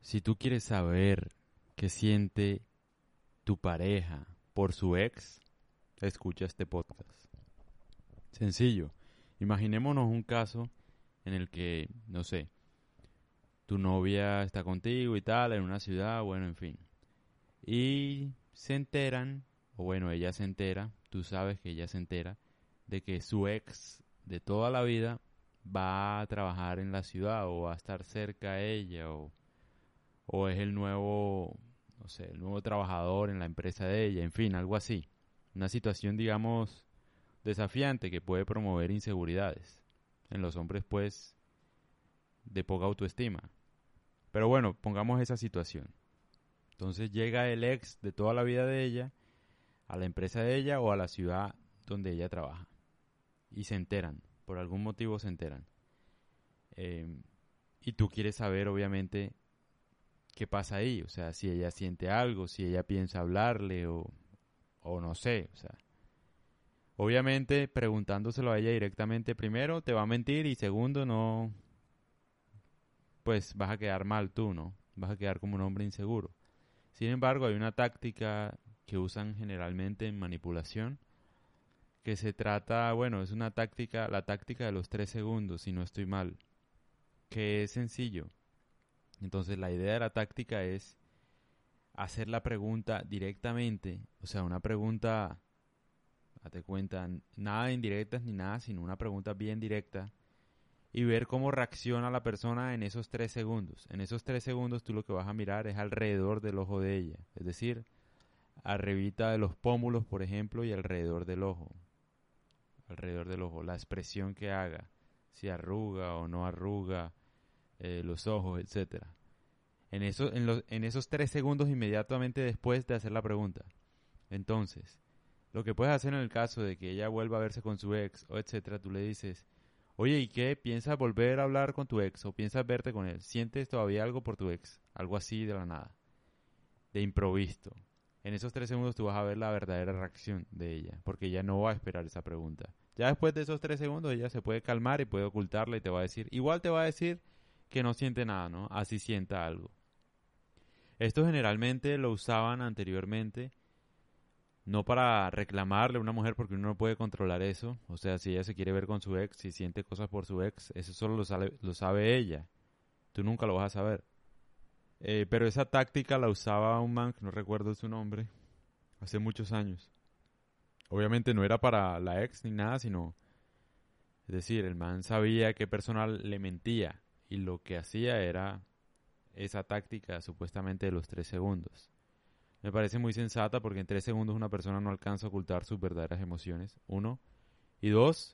Si tú quieres saber qué siente tu pareja por su ex, escucha este podcast. Sencillo. Imaginémonos un caso en el que, no sé, tu novia está contigo y tal, en una ciudad, bueno, en fin. Y se enteran, o bueno, ella se entera, tú sabes que ella se entera, de que su ex de toda la vida va a trabajar en la ciudad o va a estar cerca a ella o es el nuevo, no sé, el nuevo trabajador en la empresa de ella, en fin, algo así. Una situación, digamos, desafiante que puede promover inseguridades en los hombres, pues, de poca autoestima. Pero bueno, pongamos esa situación. Entonces llega el ex de toda la vida de ella a la empresa de ella o a la ciudad donde ella trabaja. Y se enteran, por algún motivo se enteran. Eh, y tú quieres saber, obviamente, qué pasa ahí. O sea, si ella siente algo, si ella piensa hablarle o no sé. O sea, obviamente, preguntándoselo a ella directamente, primero, te va a mentir y segundo, no, pues vas a quedar mal tú, ¿no? Vas a quedar como un hombre inseguro. Sin embargo, hay una táctica que usan generalmente en manipulación que se trata, bueno, es una táctica, la táctica de los 3 segundos, si no estoy mal, que es sencillo. Entonces, la idea de la táctica es hacer la pregunta directamente, o sea, una pregunta, date cuenta, nada de indirectas ni nada, sino una pregunta bien directa y ver cómo reacciona la persona en esos 3 segundos. En esos 3 segundos tú lo que vas a mirar es alrededor del ojo de ella, es decir, arribita de los pómulos, por ejemplo, y alrededor del ojo, la expresión que haga, si arruga o no arruga, los ojos, etcétera. En esos 3 segundos inmediatamente después de hacer la pregunta. Entonces, lo que puedes hacer en el caso de que ella vuelva a verse con su ex, o etcétera, tú le dices, oye, ¿y qué? ¿Piensas volver a hablar con tu ex o piensas verte con él? ¿Sientes todavía algo por tu ex? Algo así de la nada, de improviso. En esos 3 segundos tú vas a ver la verdadera reacción de ella, porque ella no va a esperar esa pregunta. Ya después de esos 3 segundos ella se puede calmar y puede ocultarla y te va a decir, igual te va a decir que no siente nada, ¿no? Así sienta algo. Esto generalmente lo usaban anteriormente, no para reclamarle a una mujer porque uno no puede controlar eso. O sea, si ella se quiere ver con su ex, si siente cosas por su ex, eso solo lo sabe ella. Tú nunca lo vas a saber. Pero esa táctica la usaba un man, que no recuerdo su nombre, hace muchos años. Obviamente no era para la ex ni nada, sino, es decir, el man sabía qué persona le mentía y lo que hacía era esa táctica supuestamente de los 3 segundos. Me parece muy sensata porque en 3 segundos una persona no alcanza a ocultar sus verdaderas emociones, uno. Y dos,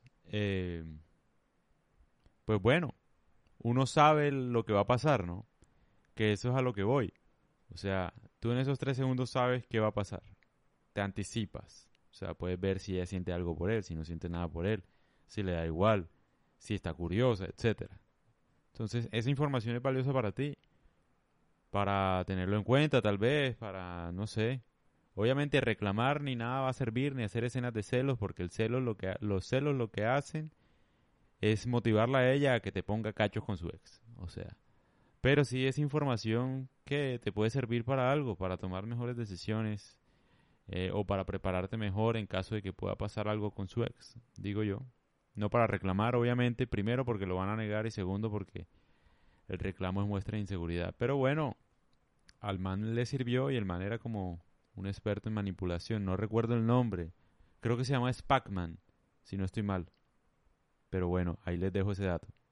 pues bueno, uno sabe lo que va a pasar, ¿no? Que eso es a lo que voy. O sea, tú en esos 3 segundos sabes qué va a pasar. Te anticipas. O sea, puedes ver si ella siente algo por él, si no siente nada por él, si le da igual, si está curiosa, etcétera. Entonces, esa información es valiosa para ti, para tenerlo en cuenta, tal vez, para, no sé. Obviamente reclamar ni nada va a servir, ni hacer escenas de celos, porque los celos lo que hacen es motivarla a ella a que te ponga cachos con su ex. O sea, pero sí es información que te puede servir para algo, para tomar mejores decisiones o para prepararte mejor en caso de que pueda pasar algo con su ex, digo yo. No para reclamar, obviamente, primero porque lo van a negar y segundo porque el reclamo es muestra de inseguridad. Pero bueno, al man le sirvió y el man era como un experto en manipulación. No recuerdo el nombre. Creo que se llama Spackman, si no estoy mal. Pero bueno, ahí les dejo ese dato.